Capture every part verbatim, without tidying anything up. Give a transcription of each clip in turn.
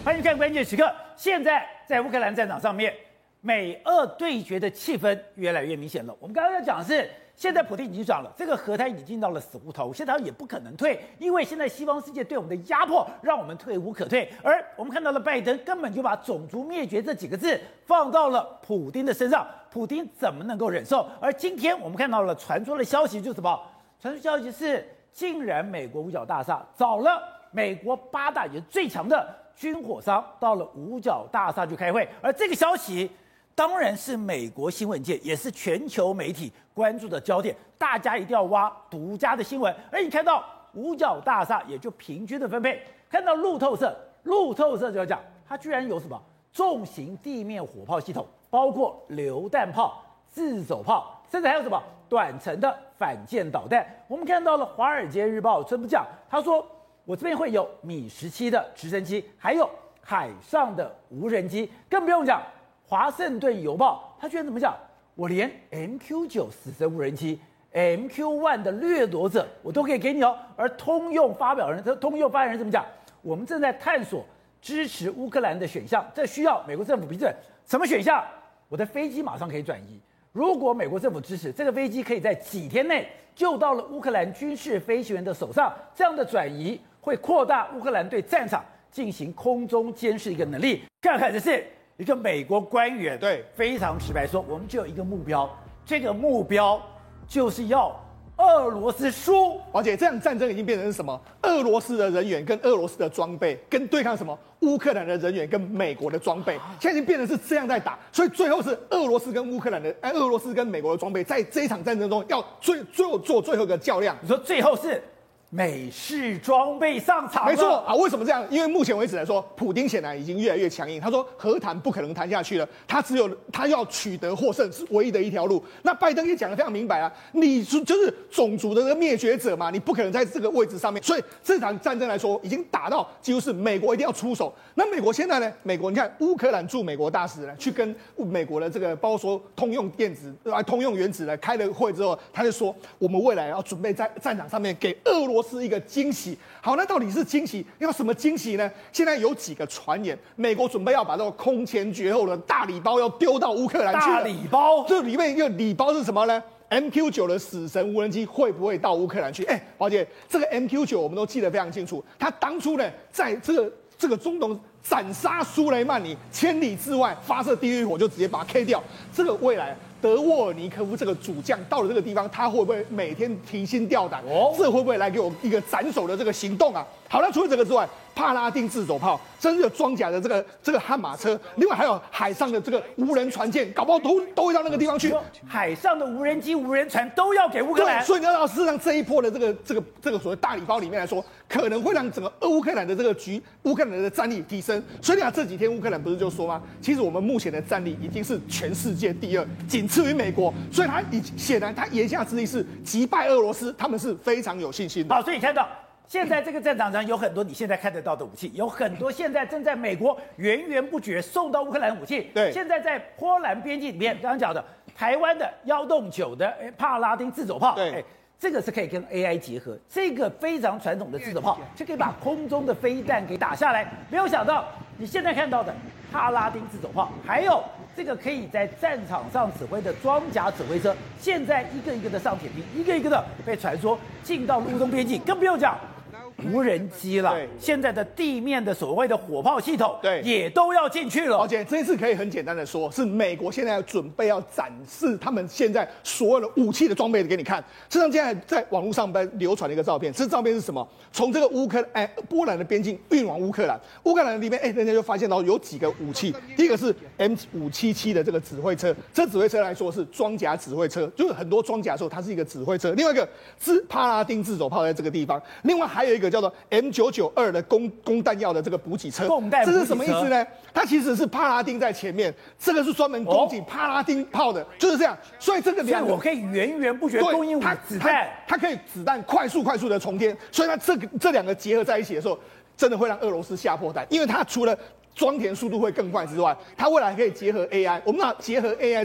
欢迎看关键时刻。现在在乌克兰战场上面，美俄对决的气氛越来越明显了。我们刚刚要讲的是，现在普丁已经讲了，这个和谈已经进到了死胡同，现在也不可能退，因为现在西方世界对我们的压迫，让我们退无可退。而我们看到了拜登根本就把种族灭绝这几个字放到了普丁的身上，普丁怎么能够忍受？而今天我们看到了传出的消息，就是什么？传出消息是，竟然美国五角大厦找了美国八大也是最强的军火商到了五角大厦去开会，而这个消息当然是美国新闻界也是全球媒体关注的焦点，大家一定要挖独家的新闻。而你看到五角大厦也就平均的分配，看到路透社，路透社就要讲，它居然有什么重型地面火炮系统，包括榴弹炮、自走炮，甚至还有什么短程的反舰导弹。我们看到了《华尔街日报》这么讲，他说我这边会有米十七的直升机，还有海上的无人机，更不用讲华盛顿邮报，他居然怎么讲？我连 M Q 九 死神无人机、M Q 一 的掠夺者我都可以给你哦。而通用发表人，通用发言人怎么讲？我们正在探索支持乌克兰的选项，这需要美国政府批准。什么选项？我的飞机马上可以转移。如果美国政府支持，这个飞机可以在几天内就到了乌克兰军事飞行员的手上。这样的转移会扩大乌克兰对战场进行空中监视一个能力。看看这是一个美国官员， 对， 非常直白说，我们只有一个目标，这个目标就是要俄罗斯输。 而且这样战争已经变成是什么？俄罗斯的人员跟俄罗斯的装备，跟对抗什么？乌克兰的人员跟美国的装备，现在已经变成是这样在打。所以最后是俄罗斯跟乌克兰的，哎，俄罗斯跟美国的装备在这一场战争中要最最后做最后一个较量。 你说最后是美式装备上场了， 没错啊。为什么这样？因为目前为止来说，普丁显然已经越来越强硬。他说和谈不可能谈下去了，他只有他要取得获胜是唯一的一条路。那拜登也讲得非常明白啊，你就是种族的这个灭绝者嘛，你不可能在这个位置上面。所以这场战争来说，已经打到几乎是美国一定要出手。那美国现在呢？美国你看乌克兰驻美国大使呢，去跟美国的这个包括说通用电子啊、通用原子呢开了会之后，他就说我们未来要准备在战场上面给俄罗斯一个惊喜。好，那到底是惊喜要什么惊喜呢？现在有几个传言，美国准备要把这个空前绝后的大礼包要丢到乌克兰去了。 大礼包， 这里面一个礼包是什么呢？M Q 九 的死神无人机会不会到乌克兰去？哎，宝姐，这个 M Q 九 我们都记得非常清楚，它当初呢，在这个这个中东斩杀苏雷曼尼，千里之外发射地狱火，就直接把它 K 掉。这个未来德沃尔尼科夫这个主将到了这个地方，他会不会每天提心吊胆？哦，这会不会来给我一个斩首的这个行动啊？好了，除了这个之外，帕拉丁自走炮、真的装甲的这个这个悍马车，另外还有海上的这个无人船舰，搞不好都都会到那个地方去。 海上的无人机、无人船都要给乌克兰。 所以你要到事实上这一波的这个这个这个所谓大礼包里面来说，可能会让整个乌克兰的这个局、乌克兰的战力提升。所以你看这几天乌克兰不是就说吗？其实我们目前的战力已经是全世界第二，仅次于美国。所以他已显然他言下之意是击败俄罗斯，他们是非常有信心的。 好，所以你看到现在这个战场上有很多你现在看得到的武器，有很多现在正在美国源源不绝送到乌克兰武器。 对， 现在在波兰边境里面，刚刚讲的台湾的幺洞九的帕拉丁自走炮， 对。 这个是可以跟 A I 结合，这个非常传统的自走炮就可以把空中的飞弹给打下来。没有想到你现在看到的帕拉丁自走炮，还有这个可以在战场上指挥的装甲指挥车，现在一个一个的上铁皮，一个一个的被传说进到乌东边境，更不用讲无人机了。现在的地面的所谓的火炮系统， 对， 也都要进去了。 而且这一次可以很简单的说，是美国现在要准备要展示他们现在所有的武器的装备给你看。事实上，现在在网络上边流传的一个照片，这照片是什么？从这个乌克哎波兰的边境运往乌克兰，乌克兰里面哎，人家就发现到有几个武器。第一个是 M 五七七的这个指挥车，这指挥车来说是装甲指挥车，就是很多装甲的时候它是一个指挥车。另外一个是帕拉丁自走炮在这个地方，另外还有一个叫做 M 九九二的供供弹药的这个补给车，这是什么意思呢？它其实是帕拉丁在前面，这个是专门供给帕拉丁炮的，就是这样。所以这个两个我可以源源不绝供应子弹， 它可以子弹快速快速的重添，所以它这个这两个结合在一起的时候，真的会让俄罗斯吓破胆，因为它除了装填速度会更快之外，它未来可以结合 A I。我们那结合 A I 之后，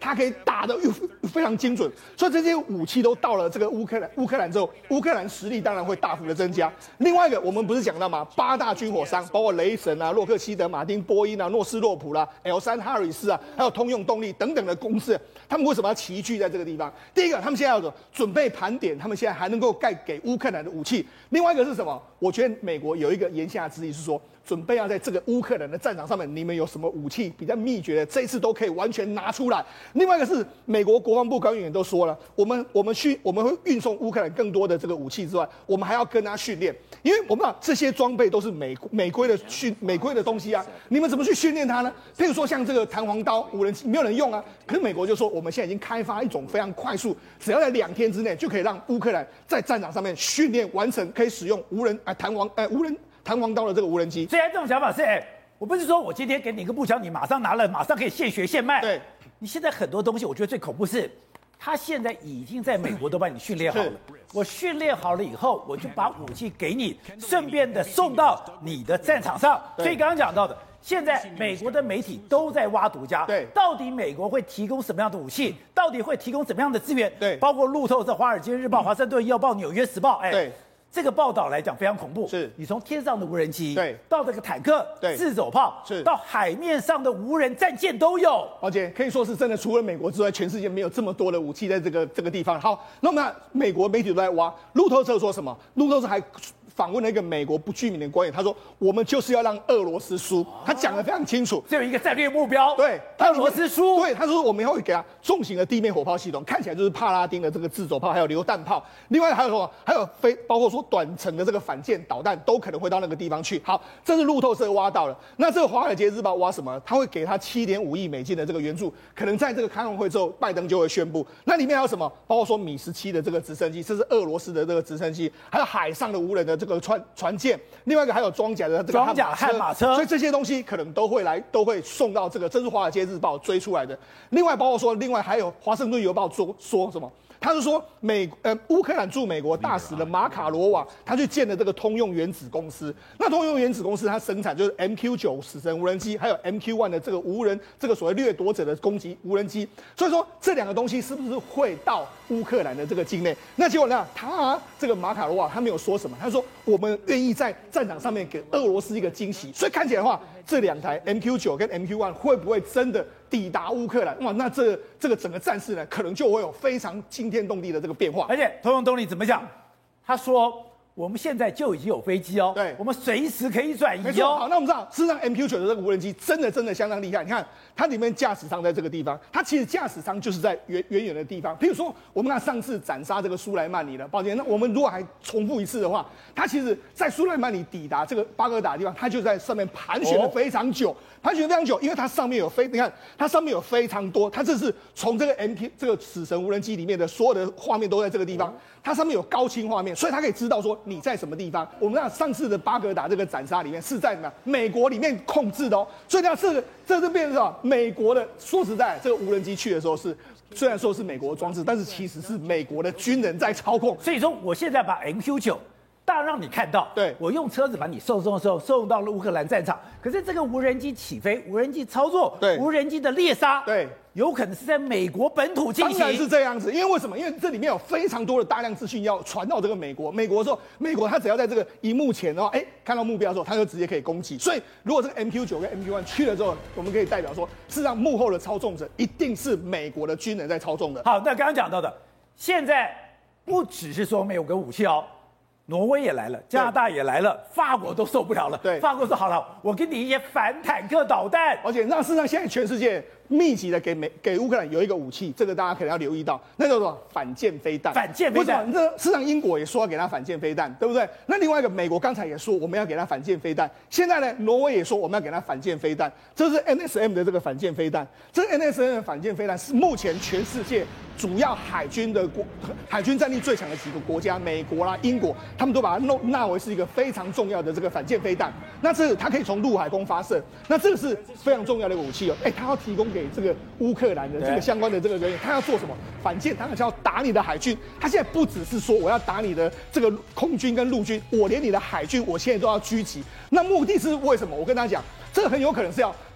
它可以打得又非常精准。所以这些武器都到了这个乌克兰，乌克兰之后，乌克兰实力当然会大幅的增加。另外一个，我们不是讲到吗？八大军火商，包括雷神啊、洛克希德马丁、波音啊、诺斯洛普啦、L 三哈里斯啊，还有通用动力等等的公司，他们为什么要齐聚在这个地方？第一个，他们现在要准备盘点，他们现在还能够盖给乌克兰的武器。另外一个是什么？我觉得美国有一个言下之意是说，准备要在这个乌克兰的战场上面，你们有什么武器比较秘诀的，这一次都可以完全拿出来。另外一个是美国国防部官员都说了，我们我们训我们会运送乌克兰更多的这个武器之外，我们还要跟他训练，因为我们知道这些装备都是美美规的训美规的东西啊，你们怎么去训练它呢？譬如说像这个弹簧刀无人机没有人用啊，可是美国就说我们现在已经开发一种非常快速，只要在两天之内就可以让乌克兰在战场上面训练完成，可以使用无人啊弹簧呃无人。弹簧刀的这个无人机， 虽然这种想法是，哎，我不是说我今天给你一个步枪，你马上拿了，马上可以现学现卖。 对， 你现在很多东西，我觉得最恐怖是，他现在已经在美国都把你训练好了。我训练好了以后，我就把武器给你，顺便的送到你的战场上。所以刚刚讲到的，现在美国的媒体都在挖独家， 对， 到底美国会提供什么样的武器？到底会提供什么样的资源？ 对， 包括路透社、华尔街日报、华盛顿邮报、纽约时报，哎， 对。 这个报道来讲非常恐怖， 是你从天上的无人机， 对， 到这个坦克， 对， 自走炮， 是到海面上的无人战舰都有， 而且可以说是真的，除了美国之外，全世界没有这么多的武器在这个这个地方。好，那么美国媒体都在挖，路透社说什么？路透社还访问了一个美国不具名的官员，他说我们就是要让俄罗斯输，他讲得非常清楚， 这有一个战略目标， 对， 俄罗斯输， 对，他说我们会给他重型的地面火炮系统，看起来就是帕拉丁的这个自走炮，还有榴弹炮，另外还有什么？还有非包括说短程的这个反舰导弹都可能会到那个地方去。好，这是路透社挖到了，那这个华尔街日报挖什么？他会给他七点五亿美金的这个援助，可能在这个开完会之后，拜登就会宣布。那里面还有什么？包括说米十七的这个直升机，这是俄罗斯的这个直升机，还有海上的无人的这个船船。另外一个还有装甲的这个装甲悍马车， 所以这些东西可能都会来，都会送到这个，这是华尔街日报追出来的。另外包括说，另外还有华盛顿邮报说说什么？他是说美呃乌克兰驻美国大使的马卡罗瓦，他去建了这个通用原子公司。那通用原子公司它生产就是 M Q 九 死神无人机，还有 M Q 一 的这个无人这个所谓掠夺者的攻击无人机。所以说这两个东西是不是会到乌克兰的这个境内？那结果呢，他这个马卡罗瓦他没有说什么，他说我们愿意在战场上面给俄罗斯一个惊喜。所以看起来的话，这两台 M Q 九 跟 M Q 一 会不会真的抵达乌克兰？哇，那这这个整个战事呢，可能就会有非常惊天动地的这个变化。 而且通用动力怎么讲？他说我们现在就已经有飞机哦， 对， 我们随时可以转移哦。 没错，好，那我们知道，事实上 M Q 九 的这个无人机真的真的相当厉害。你看，它里面驾驶舱在这个地方，它其实驾驶舱就是在远远远的地方。譬如说，我们看上次斩杀这个苏莱曼尼了，抱歉，那我们如果还重复一次的话，它其实在苏莱曼尼抵达这个巴格达的地方，它就在上面盘旋了非常久，哦、盘旋非常久，因为它上面有非，你看它上面有非常多，它这是从这个 M Q 这个死神无人机里面的所有的画面都在这个地方。哦，它上面有高清画面，所以它可以知道说你在什么地方。我们看上次的巴格达这个斩杀里面是在哪？美国里面控制的哦，所以它这个这就变成什么？美国的说实在，这个无人机去的时候是虽然说是美国装置，但是其实是美国的军人在操控。 所以说，我现在把 M Q 九。当然让你看到， 对， 我用车子把你送送送送到了乌克兰战场。可是这个无人机起飞、无人机操作、 对， 无人机的猎杀， 对， 有可能是在美国本土进行。 当然是这样子，因为为什么？因为这里面有非常多的大量资讯要传到这个美国。美国的时候，美国它只要在这个荧幕前的话，哎，看到目标的时候，它就直接可以攻击。所以，如果这个 M Q 九 跟 M Q 一 去了之后，我们可以代表说，事实上幕后的操纵者一定是美国的军人在操纵的。 好，那刚刚讲到的，现在不只是说没有个武器哦。挪威也来了，加拿大也来了，法国都受不了了。 对， 法国说好了，我给你一些反坦克导弹。 而且，那事实上现在全世界密集的给美给乌克兰有一个武器，这个大家可能要留意到，那叫做反舰飞弹。 反舰飞弹， 这事实上英国也说要给他反舰飞弹，对不对？那另外一个美国刚才也说我们要给他反舰飞弹，现在呢，挪威也说我们要给他反舰飞弹，这是 N S M 的这个反舰飞弹。这 N S M 的反舰飞弹是目前全世界主要海军的国海军战力最强的几个国家，美国啦、英国，他们都把它弄纳为是一个非常重要的这个反舰飞弹。那这它可以从陆海空发射，那这个是非常重要的一个武器哦。哎，它要提供给这个乌克兰的这个相关的这个人员，他要做什么？反舰，他要打你的海军。他现在不只是说我要打你的这个空军跟陆军，我连你的海军，我现在都要狙击。那目的是为什么？我跟大家讲，这个很有可能是要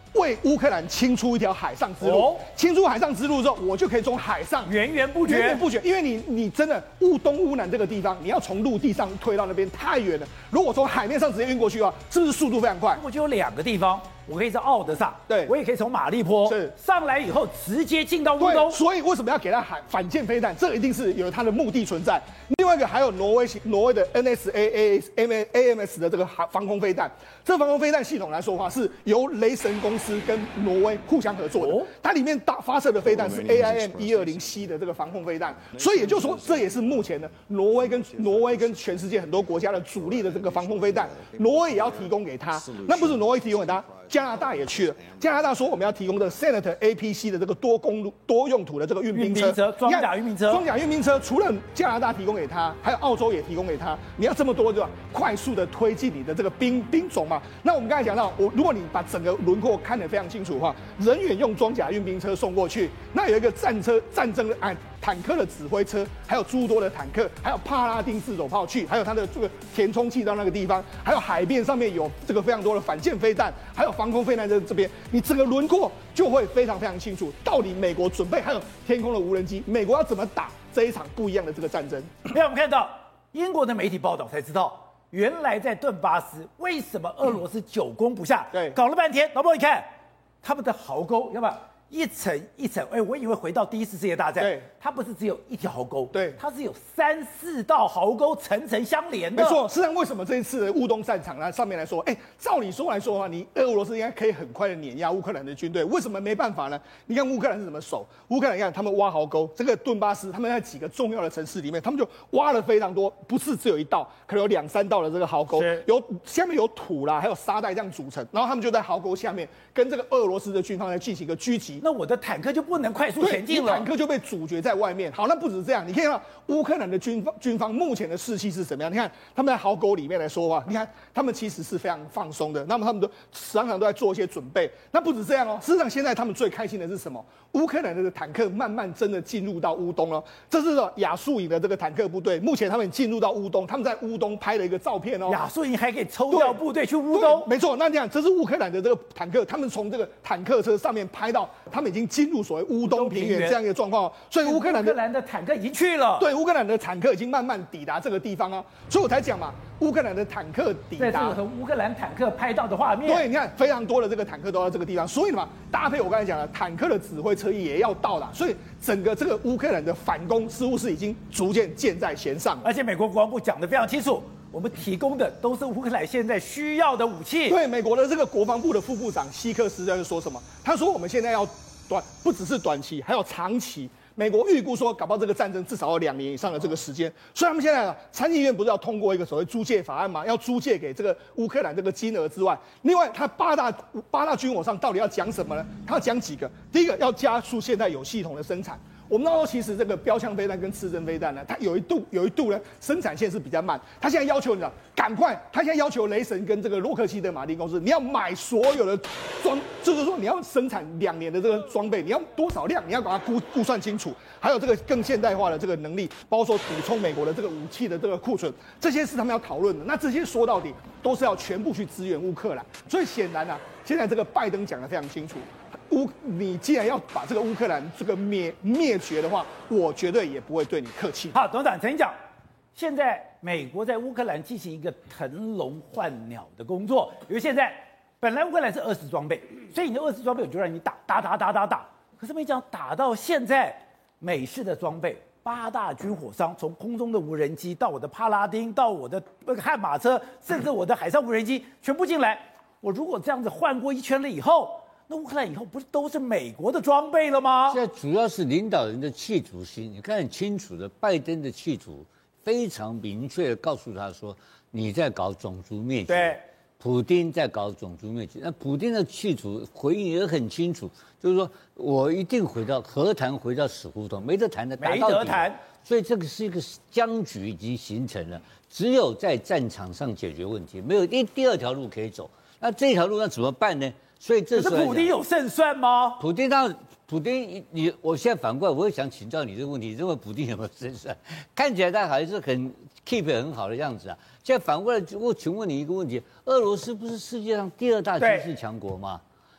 为乌克兰清出一条海上之路， 哦清出海上之路之后，我就可以从海上源源不绝， 源源不绝。因为你你真的乌东乌南这个地方，你要从陆地上推到那边太远了。如果从海面上直接运过去的话，是不是速度非常快？ 我就有两个地方，我可以在奥德萨， 对我也可以从马利坡是上来以后直接进到乌对， 东。 所以为什么要给他海反舰飞弹？这一定是有它的目的存在。另外一个还有挪威挪威的 N S A A M A M S 的这个防空飞弹，这防空飞弹系统来说的话，是由雷神公司跟挪威互相合作的。 哦它里面大发射的飞弹是 A I M 一二零 C 的这个防空飞弹，所以也就是说，这也是目前的挪威跟挪威跟全世界很多国家的主力的这个防空飞弹，挪威也要提供给他。那不是挪威提供给他，加拿大也去了。加拿大说我们要提供的 Senator A P C 的这个多公路多用途的这个运兵车， 运兵车装甲运兵车装甲运兵车除了加拿大提供给他，还有澳洲也提供给他。你要这么多，对吧？快速的推进你的这个兵兵种嘛。那我们刚才讲到，我如果你把整个轮廓看得非常清楚的话，人员用装甲运兵车送过去，那有一个战车战争的哎坦克的指挥车，还有诸多的坦克，还有帕拉丁自走炮器，还有它的这个填充器到那个地方，还有海面上面有这个非常多的反舰飞弹，还有防空飞弹在这边，你整个轮廓就会非常非常清楚，到底美国准备还有天空的无人机，美国要怎么打这一场不一样的这个战争？ 让我们看到英国的媒体报道才知道，原来在顿巴斯为什么俄罗斯久攻不下？ 对， 搞了半天，老婆你看他们的壕沟，要不要一层一层？哎，我以为回到第一次世界大战， 对， 它不是只有一条壕沟， 对， 它是有三四道壕沟层层相连的。 没错，实际上为什么这一次的乌东战场呢？上面来说，哎，照理说来说的话，你俄罗斯应该可以很快的碾压乌克兰的军队，为什么没办法呢？你看乌克兰是怎么守？乌克兰你看他们挖壕沟，这个顿巴斯他们在几个重要的城市里面，他们就挖了非常多，不是只有一道，可能有两三道的这个壕沟，有下面有土啦，还有沙袋这样组成，然后他们就在壕沟下面跟这个俄罗斯的军方来进行一个狙击。 那我的坦克就不能快速前进了， 坦克就被阻绝在外面。好，那不止这样，你可以看到乌克兰的军方军方目前的士气是怎么样？你看他们在壕沟里面来说的话，你看他们其实是非常放松的，那么他们都常常都在做一些准备。那不止这样哦，事实上现在他们最开心的是什么？乌克兰的坦克慢慢真的进入到乌东了。这是亚速营的这个坦克部队，目前他们进入到乌东，他们在乌东拍了一个照片哦。 亚速营还可以抽调部队去乌东， 没错。那这样，这是乌克兰的这个坦克，他们从这个坦克车上面拍到，他们已经进入所谓乌东平原这样一个状况。所以乌克兰的乌克兰的坦克已经去了， 对，乌克兰的坦克已经慢慢抵达这个地方啊。所以我才讲嘛，乌克兰的坦克抵达， 这是和乌克兰坦克拍到的画面。 对，你看非常多的这个坦克都在这个地方，所以嘛，搭配我刚才讲的坦克的指挥车也要到了，所以整个这个乌克兰的反攻似乎是已经逐渐箭在弦上。 而且美国国防部讲得非常清楚，我们提供的都是乌克兰现在需要的武器。 对，美国的这个国防部的副部长希克斯在说什么？他说我们现在要短，不只是短期，还有长期。美国预估说，搞不好这个战争至少要两年以上的这个时间。所以他们现在参议院不是要通过一个所谓租借法案嘛？要租借给这个乌克兰这个金额之外，另外他八大八大军火上到底要讲什么呢？他要讲几个？第一个要加速现在有系统的生产。我们知道，其实这个标枪飞弹跟刺针飞弹呢，它有一度有一度呢生产线是比较慢。他现在要求你知道，赶快，他现在要求雷神跟这个洛克希德马丁公司，你要买所有的装，就是说你要生产两年的这个装备，你要多少量，你要把它估估算清楚。还有这个更现代化的这个能力，包括说补充美国的这个武器的这个库存，这些是他们要讨论的。那这些说到底都是要全部去支援乌克兰。所以显然啊，现在这个拜登讲得非常清楚。乌，你既然要把这个乌克兰这个灭灭绝的话，我绝对也不会对你客气。 好，董事长曾经讲，现在美国在乌克兰进行一个腾笼换鸟的工作，因为现在本来乌克兰是二十装备，所以你的二十装备我就让你打打打打打打，可是没讲打到现在，美式的装备。八大军火商从空中的无人机到我的帕拉丁，到我的那个悍马车，甚至我的海上无人机全部进来。我如果这样子换过一圈了以后，那乌克兰以后不是都是美国的装备了吗？ 现在主要是领导人的企图心，你看很清楚的，拜登的企图非常明确的告诉他说，你在搞种族灭绝。 对。 普丁在搞种族灭绝，那普丁的企图回应也很清楚，就是说我一定回到和谈，回到死胡同，没得谈的， 没得谈。 所以这个是一个僵局已经形成了，只有在战场上解决问题，没有第第二条路可以走。那这条路要怎么办呢？所以这是普丁有胜算吗？ 普丁当然，普丁你，我现在反过来，我也想请教你这个问题：，你认为普丁有没有胜算？看起来他还是很 keep 很好的样子啊。现在反过来，我请问你一个问题：俄罗斯不是世界上第二大军事强国吗？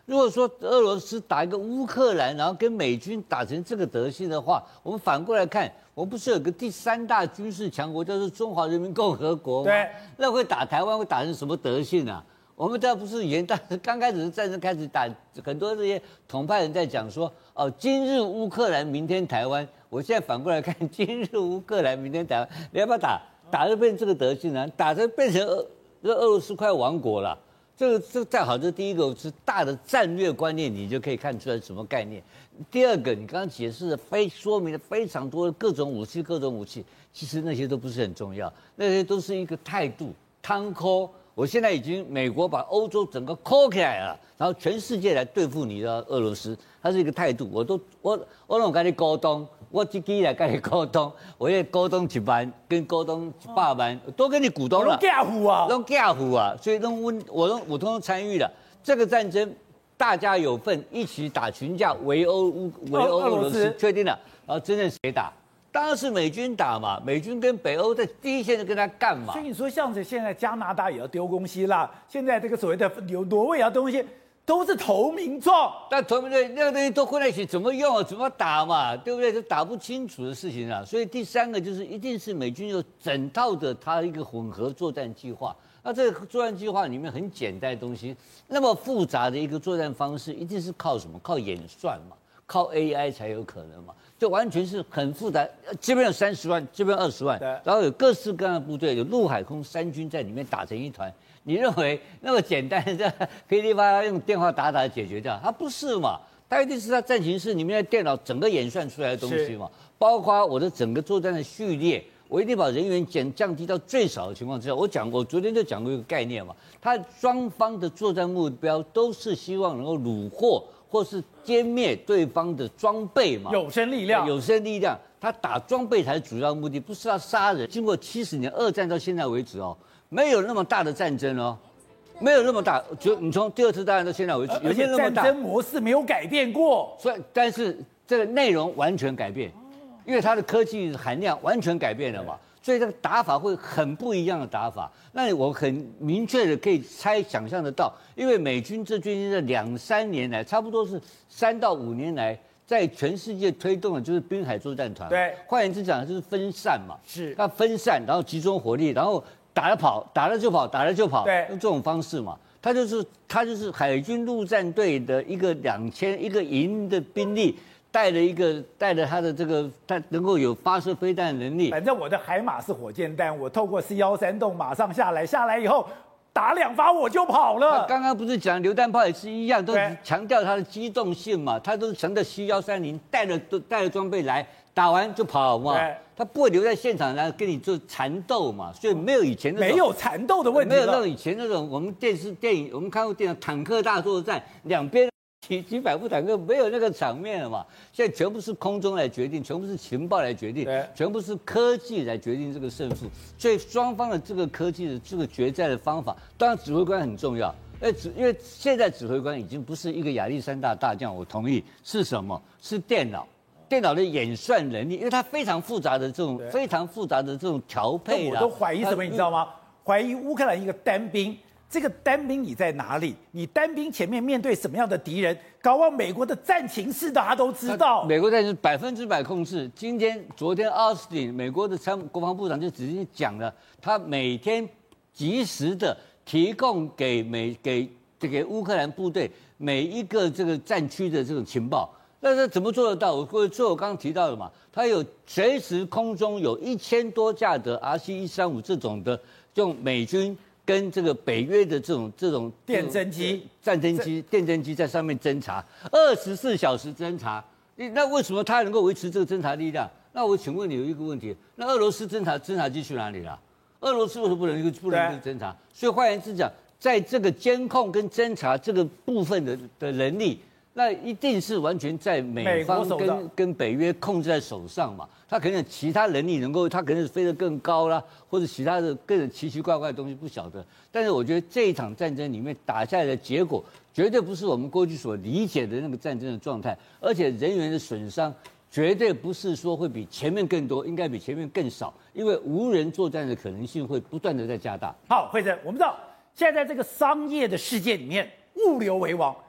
如果说俄罗斯打一个乌克兰，然后跟美军打成这个德性的话，我们反过来看，我们不是有个第三大军事强国叫做中华人民共和国吗？ 对， 那会打台湾会打成什么德性啊？我们这不是以前当时刚开始战争开始打，很多这些统派人在讲说，哦，今日乌克兰，明天台湾。我现在反过来看，今日乌克兰，明天台湾，你要不要打？打就变这个德性啊，打着变成俄，这俄罗斯快亡国了。这个这再好，这第一个是大的战略观念，你就可以看出来什么概念。第二个，你刚刚解释的非说明了非常多的各种武器，各种武器，其实那些都不是很重要，那些都是一个态度，汤扣。我现在已经美国把欧洲整个扣起来了，然后全世界来对付你的俄罗斯，它是一个态度。我都我我拢跟你沟通，我自己来跟你沟通，我也沟通一万，跟沟通一百万，都跟你股东了。 都假虎啊， 都假虎啊，所以都我我都我通通参与了这个战争，大家有份，一起打群架围欧乌围欧俄罗斯，确定了。然后真正谁打？当然是美军打嘛，美军跟北欧在第一线就跟他干嘛。 所以你说像是现在加拿大也要丢东西啦，现在这个所谓的挪挪威也要丢东西，都是投名状。 但投名状那个东西都混在一起，怎么用啊？怎么打嘛？对不对？就打不清楚的事情啊。所以第三个就是一定是美军有整套的他一个混合作战计划。那这个作战计划里面很简单的东西，那么复杂的一个作战方式，一定是靠什么？靠演算嘛，靠 A I 才有可能嘛。就完全是很复杂，这边有三十万，这边二十万，然后有各式各样的部队，有陆海空三军在里面打成一团。你认为那么简单，这噼里啪啦用电话打打解决掉？它不是嘛？它一定是它战情室里面的电脑整个演算出来的东西嘛，包括我的整个作战的序列，我一定把人员减降低到最少的情况之下。我讲，我昨天就讲过一个概念嘛，它双方的作战目标都是希望能够虏获。或是歼灭对方的装备嘛， 有生力量， 有生力量，他打装备才是主要目的，不是要杀人。经过七十年二战到现在为止哦，没有那么大的战争哦，没有那么大。就你从第二次大战到现在为止， 而且战争模式没有改变过， 所以但是这个内容完全改变，因为它的科技含量完全改变了嘛。所以这个打法会很不一样的打法，那我很明确的可以猜想象得到，因为美军这最近这两三年来，差不多是三到五年来，在全世界推动的就是滨海作战团。 对， 换言之讲就是分散嘛， 是， 它分散，然后集中火力，然后打了跑，打了就跑，打了就跑， 对， 用这种方式嘛，它就是它就是海军陆战队的一个两千一个营的兵力。带了一个带了他的这个，他能够有发射飞弹的能力。 反正我的海马是火箭弹，我透过 C 一三洞马上下来，下来以后打两发我就跑了。 刚刚不是讲榴弹炮也是一样，都强调它的机动性嘛，它都是强调 C 一三零带了都带了装备来，打完就跑嘛，他不会留在现场来跟你做缠斗嘛，所以没有以前那种没有缠斗的问题， 没有那种以前那种我们电视电影我们看过电影坦克大作战，两边。几几百部坦克没有那个场面了嘛？现在全部是空中来决定，全部是情报来决定，全部是科技来决定这个胜负。所以双方的这个科技的这个决战的方法，当然指挥官很重要。哎，指因为现在指挥官已经不是一个亚历山大大将，我同意是什么？是电脑，电脑的演算能力，因为它非常复杂的这种非常复杂的这种调配啦。 我都怀疑什么，你知道吗？怀疑乌克兰一个单兵。这个单兵你在哪里？你单兵前面面对什么样的敌人？搞完美国的战情是大家都知道， 美国战是百分之百控制。今天、昨天，奥斯汀美国的参国防部长就直接讲了，他每天及时的提供给美给给乌克兰部队每一个这个战区的这种情报。那这怎么做得到？我各位做我刚刚提到的嘛，他有随时空中有一千多架的 R C 一三五这种的用美军。跟这个北约的这种这种电侦机、 战争机、电侦机在上面侦查，二十四小时侦查。那为什么他能够维持这个侦查力量？那我请问你有一个问题：那俄罗斯侦查侦察机去哪里了？俄罗斯为什么不能不能侦查？所以换言之讲，在这个监控跟侦查这个部分的的能力，那一定是完全在美方跟跟北约控制在手上嘛。他可能有其他能力能够，他可能是飞得更高啦，或者其他的更奇奇怪怪的东西不晓得。但是我觉得这一场战争里面打下来的结果，绝对不是我们过去所理解的那个战争的状态，而且人员的损伤绝对不是说会比前面更多，应该比前面更少，因为无人作战的可能性会不断的在加大。 好，慧珍，我们知道现在在这个商业的世界里面，物流为王。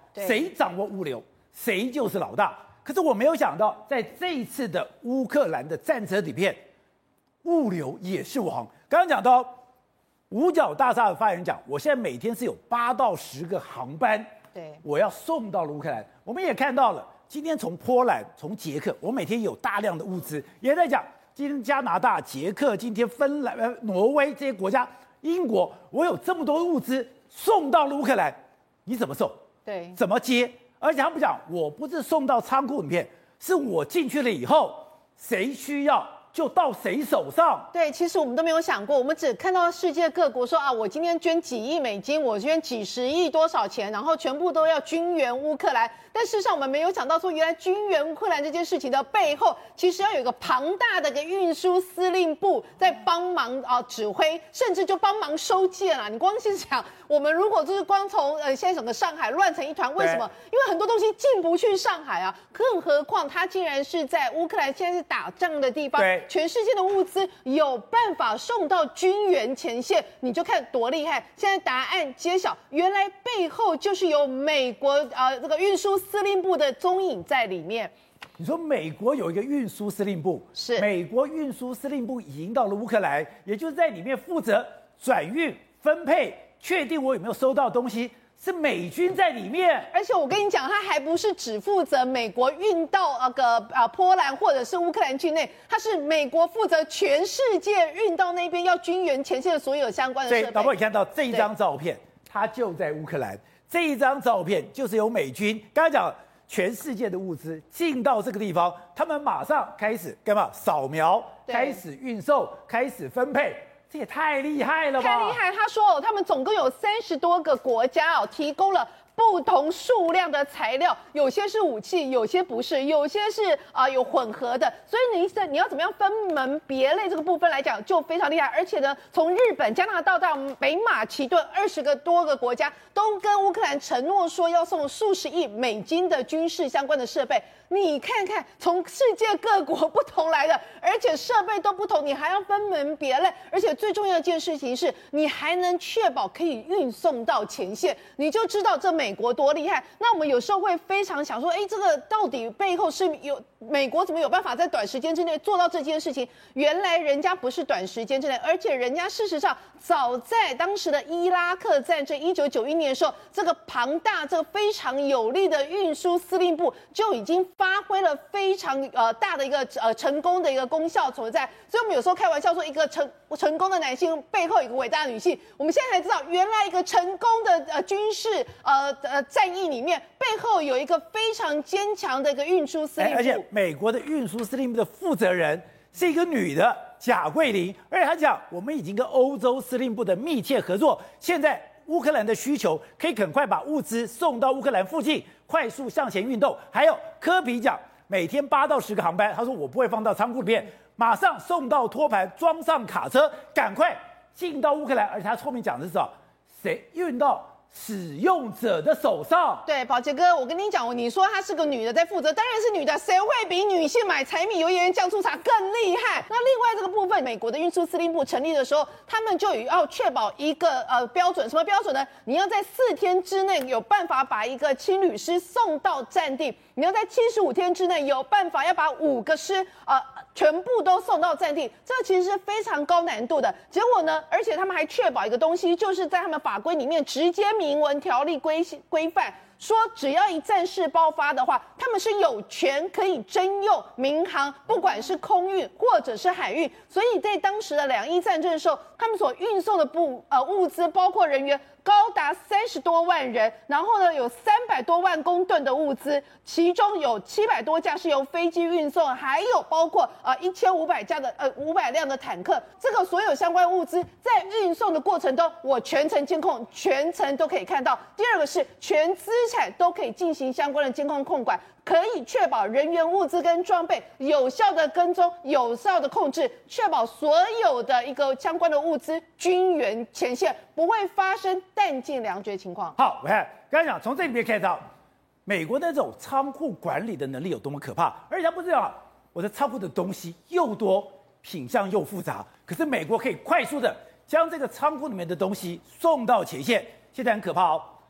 谁掌握物流，谁就是老大。可是我没有想到，在这一次的乌克兰的战争里面，物流也是王。刚刚讲到五角大厦的发言人讲，我现在每天是有八到十个航班， 对， 我要送到了乌克兰。我们也看到了，今天从波兰、从捷克，我每天有大量的物资，也在讲今天加拿大、捷克、今天芬兰、呃、挪威这些国家，英国，我有这么多的物资送到了乌克兰，你怎么送？ 对， 怎么接？而且他们讲，我不是送到仓库里面，是我进去了以后，谁需要就到谁手上。 对，其实我们都没有想过，我们只看到世界各国说啊，我今天捐几亿美金，我捐几十亿多少钱，然后全部都要军援乌克兰。但事实上，我们没有想到说，原来军援乌克兰这件事情的背后，其实要有一个庞大的一个运输司令部在帮忙啊、呃、指挥，甚至就帮忙收件啊。你光是想，我们如果就是光从呃现在整个上海乱成一团，为什么？因为很多东西进不去上海啊，更何况它竟然是在乌克兰现在是打仗的地方，全世界的物资有办法送到军援前线，你就看多厉害。现在答案揭晓，原来背后就是有美国啊、呃、这个运输司令部的踪影在里面。 你说美国有一个运输司令部， 是美国运输司令部已经到了乌克兰，也就是在里面负责转运、分配、确定我有没有收到东西，是美军在里面。 而且我跟你讲，他还不是只负责美国运到那个啊波兰或者是乌克兰境内，他是美国负责全世界运到那边要军援前线的所有相关的设备。 所以导播，你看到这一张照片，它就在乌克兰。这一张照片就是由美军刚才讲，全世界的物资进到这个地方，他们马上开始干嘛？扫描，开始运售，开始分配。这也太厉害了吧！ 太厉害！他说哦，他们总共有三十多个国家哦，提供了不同数量的材料，有些是武器，有些不是，有些是啊、呃、有混合的，所以你你要怎么样分门别类这个部分来讲就非常厉害。而且呢，从日本、加拿大到北马其顿二十个多个国家，都跟乌克兰承诺说要送数十亿美金的军事相关的设备。你看看，从世界各国不同来的，而且设备都不同，你还要分门别类，而且最重要的一件事情是，你还能确保可以运送到前线，你就知道这美国多厉害。那我们有时候会非常想说，哎，这个到底背后是有美国怎么有办法在短时间之内做到这件事情？原来人家不是短时间之内，而且人家事实上早在当时的伊拉克战争一九九一年的时候，这个庞大、这个非常有力的运输司令部就已经发挥了非常呃大的一个呃成功的一个功效存在。所以我们有时候开玩笑说，一个成成功的男性背后有一个伟大的女性。我们现在才知道，原来一个成功的呃军事呃呃战役里面，背后有一个非常坚强的一个运输司令部。 而且美国的运输司令部的负责人是一个女的，贾桂林。而且她讲，我们已经跟欧洲司令部的密切合作，现在乌克兰的需求可以很快把物资送到乌克兰附近，快速向前运动。还有科比讲，每天八到十个航班，他说我不会放到仓库里面，马上送到托盘，装上卡车，赶快进到乌克兰。而且他后面讲的是什么？谁运到使用者的手上？ 对，宝杰哥，我跟你讲，你说她是个女的在负责，当然是女的，谁会比女性买柴米油盐酱醋茶更厉害？那另外这个部分，美国的运输司令部成立的时候，他们就要确保一个呃标准，什么标准呢？你要在四天之内有办法把一个轻旅师送到战地，你要在七十五天之内有办法要把五个师呃全部都送到战地，这其实是非常高难度的。结果呢，而且他们还确保一个东西，就是在他们法规里面直接明文条例规规范，说只要一战事爆发的话，他们是有权可以征用民航，不管是空运或者是海运。所以在当时的两伊战争的时候，他们所运送的部呃物资，包括人员，高达三十多万人，然后呢有三百多万公吨的物资，其中有七百多架是由飞机运送，还有包括呃一千五百架的呃五百辆的坦克，这个所有相关物资在运送的过程中，我全程监控，全程都可以看到。第二个是全资产都可以进行相关的监控控管，可以确保人员、物资跟装备有效的跟踪、有效的控制，确保所有的一个相关的物资军援前线不会发生弹尽粮绝情况。 好，我看刚才讲，从这里面看到美国的这种仓库管理的能力有多么可怕，而且他不知道我的仓库的东西又多，品相又复杂，可是美国可以快速的将这个仓库里面的东西送到前线。现在很可怕哦，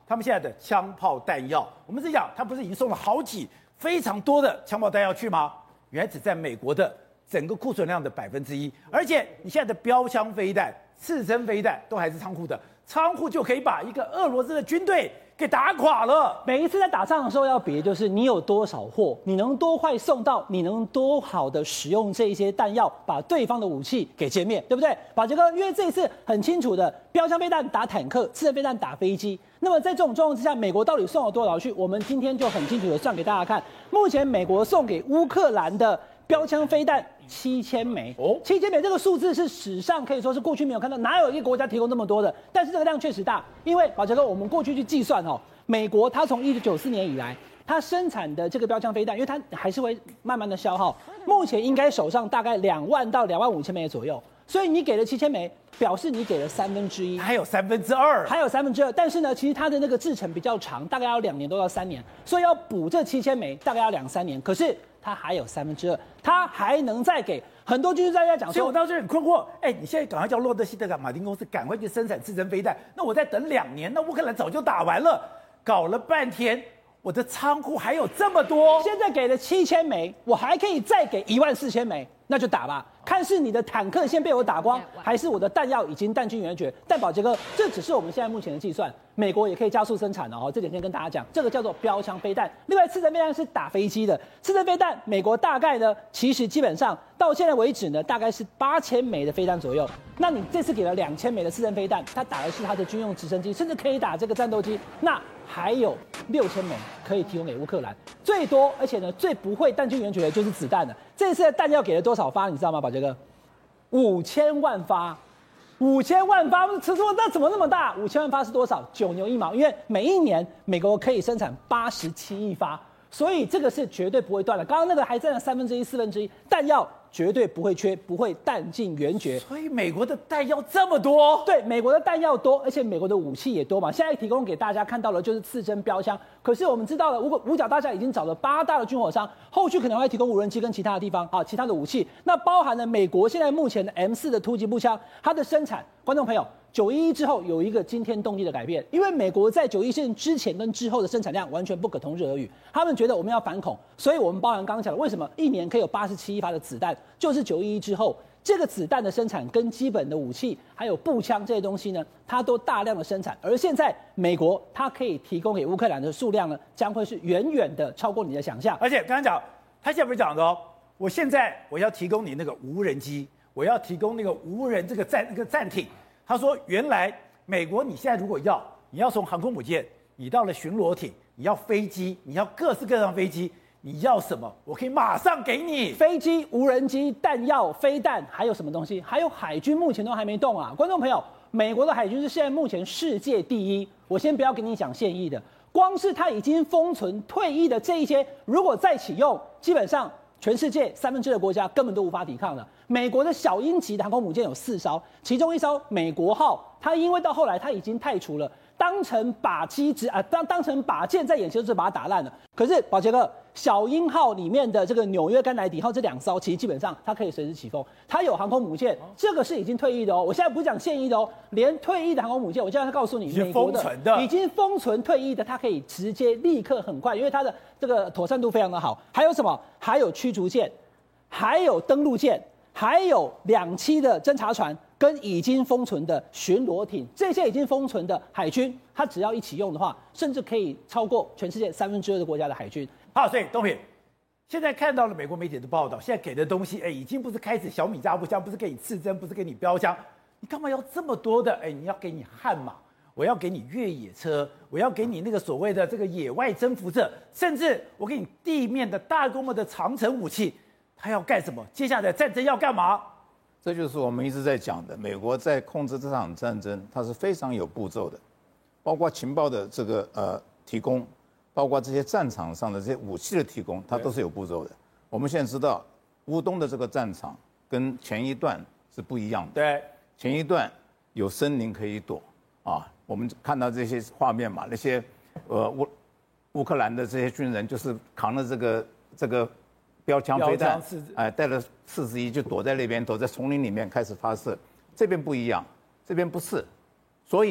他们现在的枪炮弹药，我们是讲，他不是已经送了好几非常多的枪炮弹药去吗？原来只占美国的整个库存量的百分之一，而且你现在的标枪飞弹、刺针飞弹都还是仓库的，仓库就可以把一个俄罗斯的军队给打垮了。 每一次在打仗的时候要比的就是你有多少货，你能多快送到，你能多好的使用这些弹药，把对方的武器给歼灭，对不对？宝杰哥，因为这一次很清楚的，标枪飞弹打坦克，刺针飞弹打飞机。那么在这种状况之下，美国到底送了多少去？我们今天就很清楚的算给大家看。目前美国送给乌克兰的标枪飞弹七千枚哦，七千枚这个数字是史上可以说是过去没有看到，哪有一个国家提供这么多的？但是这个量确实大，因为宝杰哥，我们过去去计算哦，美国它从一九九四年以来，它生产的这个标枪飞弹，因为它还是会慢慢的消耗，目前应该手上大概两万到两万五千枚左右。所以你给了七千枚，表示你给了三分之一， 还有三分之二， 还有三分之二。但是呢，其实它的那个制程比较长，大概要两年多到三年，所以要补这七千枚，大概要两三年。可是它还有三分之二，它还能再给。很多军事专家讲说， 所以我当时很困惑，哎，你现在赶快叫洛德希德马丁公司赶快去生产刺针飞弹，那我再等两年，那乌克兰早就打完了，搞了半天。我的仓库还有这么多， 现在给了七千枚，我还可以再给一万四千枚，那就打吧，看是你的坦克先被我打光，还是我的弹药已经弹尽援绝。但宝杰哥，这只是我们现在目前的计算，美国也可以加速生产的哦。这点先跟大家讲，这个叫做标枪飞弹。另外，刺针飞弹是打飞机的，刺针飞弹美国大概呢，其实基本上到现在为止呢，大概是八千枚的飞弹左右。那你这次给了两千枚的刺针飞弹，它打的是它的军用直升机，甚至可以打这个战斗机。那还有六千枚可以提供给乌克兰，最多而且呢最不会弹尽援绝的就是子弹了。这次的弹药给了多少发？你知道吗，宝杰哥？五千万发，五千万发，尺寸那怎么那么大？五千万发是多少？九牛一毛，因为每一年美国可以生产八十七亿发，所以这个是绝对不会断的。刚刚那个还占了三分之一、四分之一，弹药绝对不会缺，不会弹尽援绝。 所以美国的弹药这么多， 对，美国的弹药多，而且美国的武器也多嘛。现在提供给大家看到的就是刺针标枪，可是我们知道了，五五角大厦已经找了八大的军火商，后续可能会提供无人机跟其他的地方啊，其他的武器。那包含了美国现在目前的 M 四的突击步枪，它的生产，观众朋友。九一一之后有一个惊天动地的改变，因为美国在九一线之前跟之后的生产量完全不可同日而语。他们觉得我们要反恐，所以我们包含刚刚讲的，为什么一年可以有八十七亿发的子弹，就是九一一之后这个子弹的生产跟基本的武器还有步枪这些东西呢，它都大量的生产。而现在美国它可以提供给乌克兰的数量呢，将会是远远的超过你的想象。 而且刚刚讲，他现在不是讲的哦，我现在我要提供你那个无人机，我要提供那个无人这个战那个战艇。他说：“原来美国，你现在如果要，你要从航空母舰，你到了巡逻艇，你要飞机，你要各式各样飞机，你要什么，我可以马上给你。 飞机、无人机、弹药、飞弹，还有什么东西？还有海军，目前都还没动啊！观众朋友，美国的海军是现在目前世界第一。我先不要跟你讲现役的，光是它已经封存、退役的这一些，如果再启用，基本上。”全世界三分之二的国家根本都无法抵抗了。美国的小鹰级的航空母舰有四艘，其中一艘美国号，它因为到后来它已经太除了，当成靶机只啊当当成靶舰在演习就把它打烂了。可是宝杰哥，小鹰号里面的这个纽约甘乃迪号这两艘，其实基本上它可以随时起风，它有航空母舰，这个是已经退役的哦。我现在不是讲现役的哦，连退役的航空母舰，我现在告诉你，美国的已经封存退役的，它可以直接立刻很快，因为它的这个妥善度非常的好。还有什么？还有驱逐舰，还有登陆舰，还有两栖的侦察船。跟已经封存的巡逻艇，这些已经封存的海军，它只要一起用的话，甚至可以超过全世界三分之二的国家的海军。 好，所以东平，现在看到了美国媒体的报道，现在给的东西，哎，已经不是开始小米加步枪，不是给你刺针，不是给你标枪，你干嘛要这么多的？哎，你要给你悍马，我要给你越野车，我要给你那个所谓的这个野外征服者，甚至我给你地面的大规模的长程武器，他要干什么？接下来战争要干嘛？ 这就是我们一直在讲的，美国在控制这场战争，它是非常有步骤的，包括情报的这个呃提供，包括这些战场上的这些武器的提供，它都是有步骤的。我们现在知道，乌东的这个战场跟前一段是不一样的。 对， 前一段有森林可以躲啊，我们看到这些画面嘛，那些呃乌乌克兰的这些军人就是扛着这个这个。标枪飞弹，哎，带了四十一就躲在那边，躲在丛林里面开始发射。这边不一样，这边不是，所以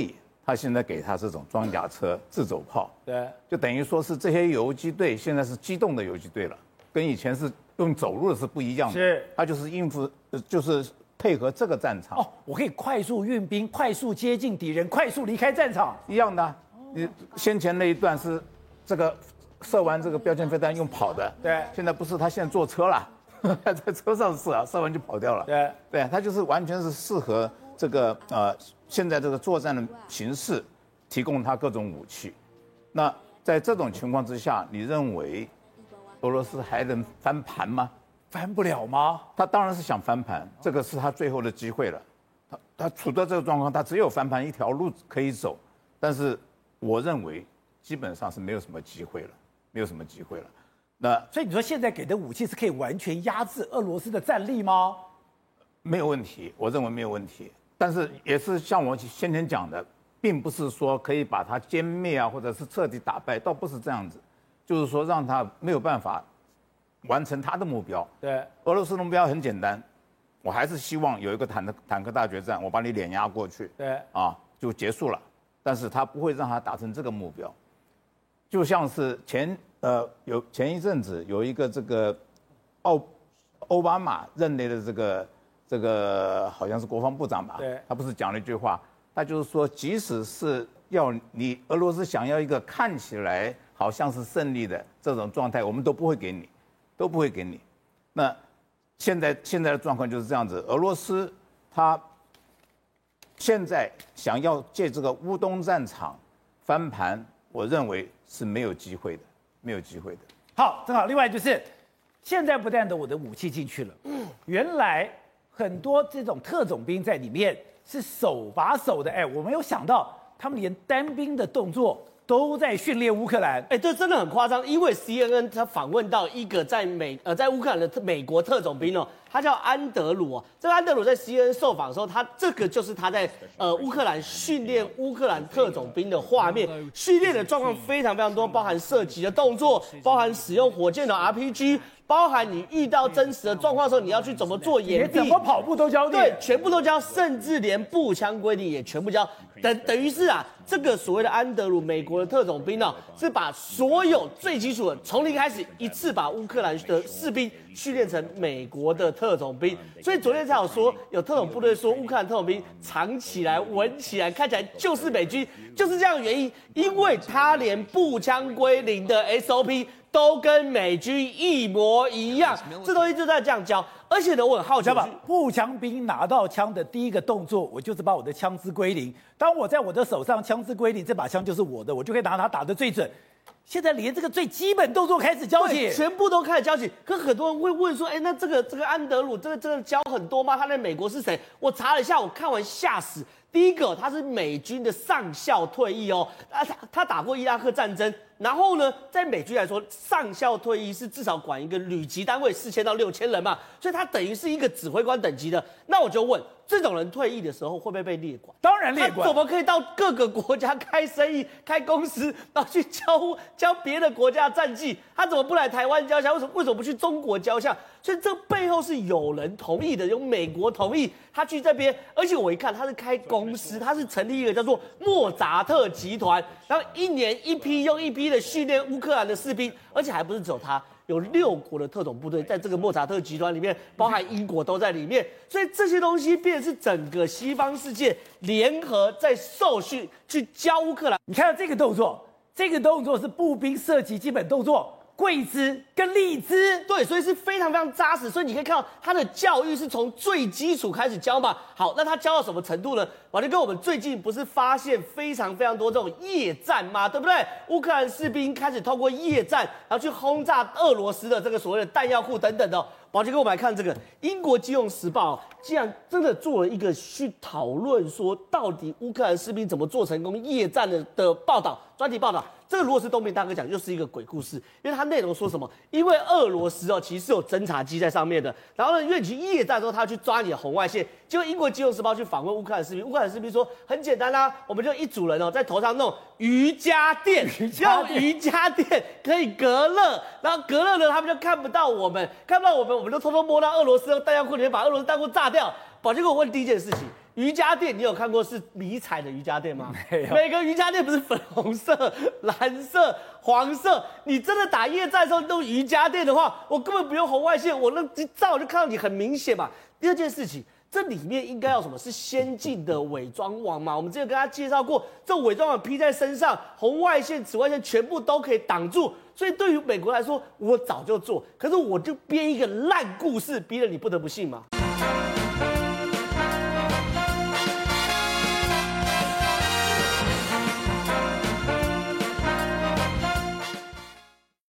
他现在给他这种装甲车、自走炮， 对， 就等于说是这些游击队现在是机动的游击队了，跟以前是用走路的是不一样的。 是， 他就是应付，呃就是配合这个战场。 哦，我可以快速运兵，快速接近敌人，快速离开战场， 一样的、啊。你先前那一段是这个射完这个标签飞弹用跑的， 对， 现在不是，他现在坐车了，在车上射啊，射完就跑掉了。 对， 对，他就是完全是适合这个呃现在这个作战的形势，提供他各种武器。那在这种情况之下，你认为俄罗斯还能翻盘吗？ 翻不了吗？ 他当然是想翻盘，这个是他最后的机会了。他他处在这个状况，他只有翻盘一条路可以走，但是我认为基本上是没有什么机会了，没有什么机会了。那所以你说现在给的武器是可以完全压制俄罗斯的战力吗？ 没有问题，我认为没有问题。但是也是像我先前讲的，并不是说可以把它歼灭啊，或者是彻底打败，倒不是这样子，就是说让他没有办法完成他的目标。 对， 俄罗斯的目标很简单，我还是希望有一个坦克坦克大决战，我把你碾压过去， 对， 啊，就结束了。但是他不会让他达成这个目标，就像是前呃有前一阵子有一个这个奥奥巴马任内的这个这个好像是国防部长吧， 对， 他不是讲了一句话，他就是说，即使是要你俄罗斯想要一个看起来好像是胜利的这种状态，我们都不会给你，都不会给你。那现在现在的状况就是这样子，俄罗斯他现在想要借这个乌东战场翻盘，我认为是没有机会的，没有机会的。 好，正好。另外就是，现在不但的我的武器进去了，原来很多这种特种兵在里面是手把手的。哎，我没有想到他们连单兵的动作都在训练乌克兰。 哎，这真的很夸张，因为 C N N 他访问到一个在美呃在乌克兰的特美国特种兵哦，他叫安德鲁哦。这个安德鲁在 C N N 受访的时候，他这个就是他在呃乌克兰训练乌克兰特种兵的画面，训练的状况非常非常多，包含射击的动作，包含使用火箭的 R P G。包含你遇到真实的状况的时候，你要去怎么做掩蔽， 怎么跑步都教你， 对，全部都教，甚至连步枪规定也全部教。等等于是啊，这个所谓的安德鲁美国的特种兵呢、啊，是把所有最基础的从零开始，一次把乌克兰的士兵训练成美国的特种兵。所以昨天才有说，有特种部队说乌克兰特种兵藏起来、闻起来、看起来就是美军，就是这样的原因，因为他连步枪归零的 S O P。都跟美军一模一样，这东西就在这样教。而且呢，我很好奇， 步枪兵拿到枪的第一个动作，我就是把我的枪支归零。当我在我的手上枪支归零，这把枪就是我的，我就可以拿它打得最准。现在连这个最基本动作开始教起， 全部都开始教起。可很多人会问说，哎，那这个这个安德鲁，这个这个教很多吗？他在美国是谁？我查了一下，我看完吓死。第一个，他是美军的上校退役哦，啊，他他打过伊拉克战争，然后呢，在美军来说，上校退役是至少管一个旅级单位四千到六千人嘛，所以他等于是一个指挥官等级的。那我就问，这种人退役的时候会不会被列管？ 当然列管。 他怎么可以到各个国家开生意、开公司，然后去教教别的国家的战绩？他怎么不来台湾教下？为什么为什么不去中国教下？所以这背后是有人同意的，有美国同意他去这边，而且我一看他是开公司，他是成立一个叫做莫扎特集团，然后一年一批又一批的训练乌克兰的士兵，而且还不是只有他，有六国的特种部队在这个莫扎特集团里面，包含英国都在里面，所以这些东西变成是整个西方世界联合在受训去教乌克兰。 你看到这个动作，这个动作是步兵射击基本动作。跪姿跟立姿， 对，所以是非常非常扎实。所以你可以看到他的教育是从最基础开始教嘛。好，那他教到什么程度呢？宝杰哥，我们最近不是发现非常非常多这种夜战吗？对不对？乌克兰士兵开始透过夜战，然后去轰炸俄罗斯的这个所谓的弹药库等等的。宝杰哥，我们来看这个英国金融时报，竟然真的做了一个去讨论说，到底乌克兰士兵怎么做成功夜战的的报道，专题报道。这个如果是东明大哥讲，又是一个鬼故事，因为它内容说什么？因为俄罗斯哦，其实是有侦察机在上面的。然后呢，因为你去夜战的时候，他要去抓你的红外线。结果英国金融时报去访问乌克兰士兵，乌克兰士兵说很简单啦、啊，我们就一组人哦，在头上弄瑜伽垫，用瑜伽垫可以隔热，然后隔热呢，他们就看不到我们，看不到我们，我们就偷偷摸到俄罗斯的弹药库里面，把俄罗斯弹库炸掉。宝杰哥，我问第一件事情。 瑜伽垫你有看过是迷彩的瑜伽垫吗？ 没有每个瑜伽垫不是粉红色、蓝色、黄色。你真的打夜战的时候弄瑜伽垫的话，我根本不用红外线，我那一照就看到你很明显嘛。第二件事情。这里面应该要什么？是先进的伪装网嘛？我们之前跟大家介绍过，这伪装网披在身上，红外线、紫外线全部都可以挡住。所以对于美国来说，我早就做，可是我就编一个烂故事，逼得你不得不信嘛。